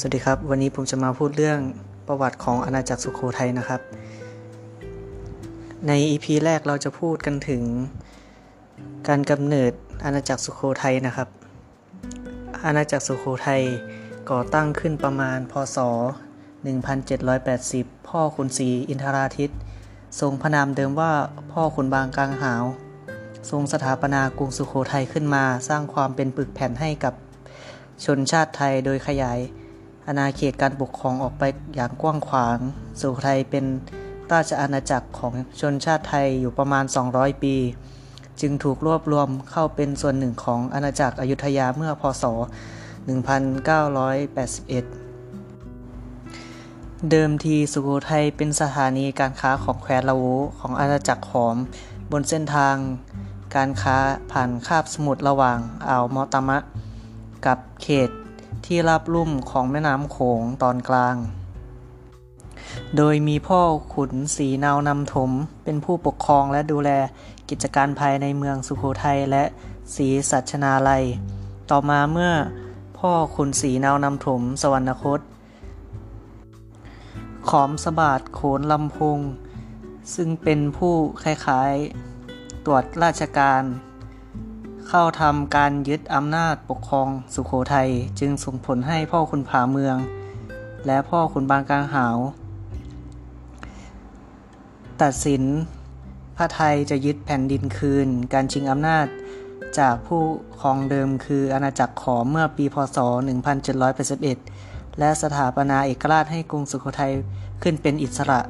สวัสดีครับวันนี้ผมจะมาพูดเรื่องประวัติของอาณาจักรสุโขทัยนะครับใน EP แรกเราจะพูดกันถึงการกำเนิดอาณาจักรสุโขทัยนะครับอาณาจักรสุโขทัยก่อตั้งขึ้นประมาณพ.ศ. 1780พ่อขุนศรีอินทราทิตย์ทรงพระนามเดิมว่าพ่อขุนบางกลางหาวทรงสถาปนากรุงสุโขทัยขึ้นมาสร้างความเป็นปึกแผ่นให้กับชนชาติไทยโดยขยายอาณาเขตการปกครองออกไปอย่างกว้างขวางสุโขทัยเป็นราชอาณาจักรของชนชาติไทยอยู่ประมาณ200ปีจึงถูกรวบรวมเข้าเป็นส่วนหนึ่งของอาณาจักรอยุธยาเมื่อพ.ศ. 1981เดิมทีสุโขทัยเป็นสถานีการค้าของแคว้นละโวของอาณาจักรขอมบนเส้นทางการค้าผ่านคาบสมุทรระหว่างอ่าวมอตามะกับเขตที่ราบลุ่มของแม่น้ำโขงตอนกลางโดยมีพ่อขุนศรีนาวนำถมเป็นผู้ปกครองและดูแลกิจการภายในเมืองสุโขทัยและศรีสัชนาลัยต่อมาเมื่อพ่อขุนศรีนาวนำถมสวรรคตขอมสบาทโขนลำพงซึ่งเป็นผู้คล้ายๆตรวจราชการเข้าทำการยึดอำนาจปกครองสุโขทัยจึงส่งผลให้พ่อขุนผาเมืองและพ่อขุนบางกลางหาวตัดสินพระไทยจะยึดแผ่นดินคืนการชิงอำนาจจากผู้ครองเดิมคืออาณาจักรขอมเมื่อปีพ.ศ. 1781และสถาปนาเอกราชให้กรุงสุโขทัยขึ้นเป็นอิสระ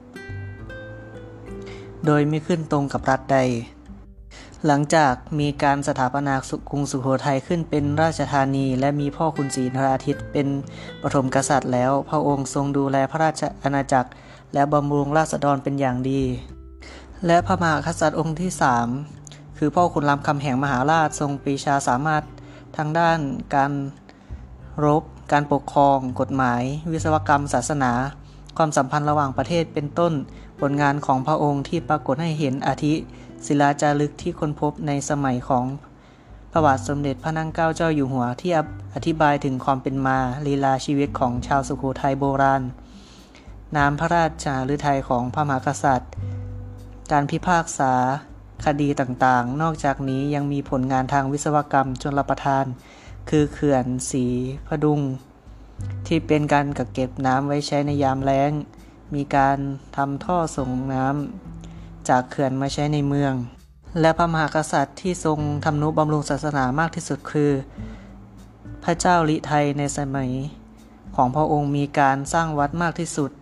โดยไม่ขึ้นตรงกับรัฐใดหลังจากมีการสถาปนากรุงสุโขทัยขึ้นเป็นราชธานีและมีพ่อขุนศรีอินทราทิตย์เป็นปฐมกษัตริย์แล้วพระองค์ทรงดูแลพระราชอาณาจักรและบำรุงราษฎรเป็นอย่างดีและพระมหากษัตริย์องค์ที่3คือพ่อขุนรามคำแหงมหาราชทรงปรีชาสามารถทางด้านการรบการปกครองกฎหมายวิศวกรรมศาสนาความสัมพันธ์ระหว่างประเทศเป็นต้นผลงานของพระองค์ที่ปรากฏให้เห็นอาทิศิลาจารึกที่ค้นพบในสมัยของพระบาทสมเด็จพระนั่งเกล้าเจ้าอยู่หัวที่อธิบายถึงความเป็นมาลีลาชีวิตของชาวสุโขทัยโบราณน้ำพระราชฤทัยของพระมหากษัตริย์การพิพากษาคดีต่างๆนอกจากนี้ยังมีผลงานทางวิศวกรรมชลประทานคือเขื่อนศรีพดุงที่เป็นการกักเก็บน้ำไว้ใช้ในยามแล้งมีการทำท่อส่งน้ำจากเขื่อนมาใช้ในเมืองและพระมหากษัตริย์ที่ทรงทำนุบำรุงศาสนามากที่สุดคือพระเจ้าลิไทยในสมัยของพระองค์มีการสร้างวัดมากที่สุด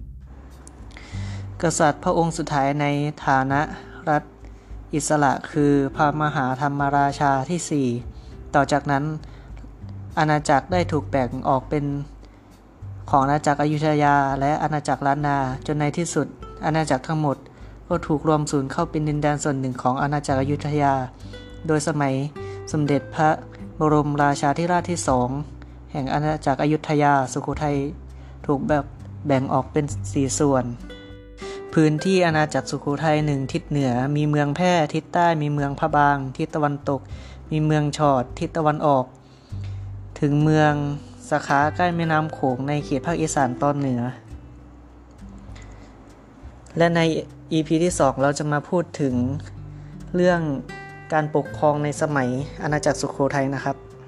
กษัตริย์พระองค์สุดท้ายในฐานะรัฐอิสระคือพระมหาธรรมราชาที่4ต่อจากนั้นอาณาจักรได้ถูกแบ่งออกเป็นของอาณาจักรอยุธยาและอาณาจักรล้านนาจนในที่สุดอาณาจักรทั้งหมดก็ถูกรวมศูนย์เข้าเป็นดินแดนส่วนหนึ่งของอาณาจักรอยุธยาโดยสมัยสมเด็จพระบรมราชาธิราชที่2แห่งอาณาจักรอยุธยาสุโขทัยถูกแบ่งออกเป็น4ส่วนพื้นที่อาณาจักรสุโขทัย1ทิศเหนือมีเมืองแพร่ทิศใต้มีเมืองพะบางทิศตะวันตกมีเมืองฉอดทิศตะวันออกถึงเมืองสาขาใกล้แม่น้ำโขงในเขตภาคอีสานตอนเหนือและใน EP ที่2เราจะมาพูดถึงเรื่องการปกครองในสมัยอาณาจักรสุโขทัยนะครับ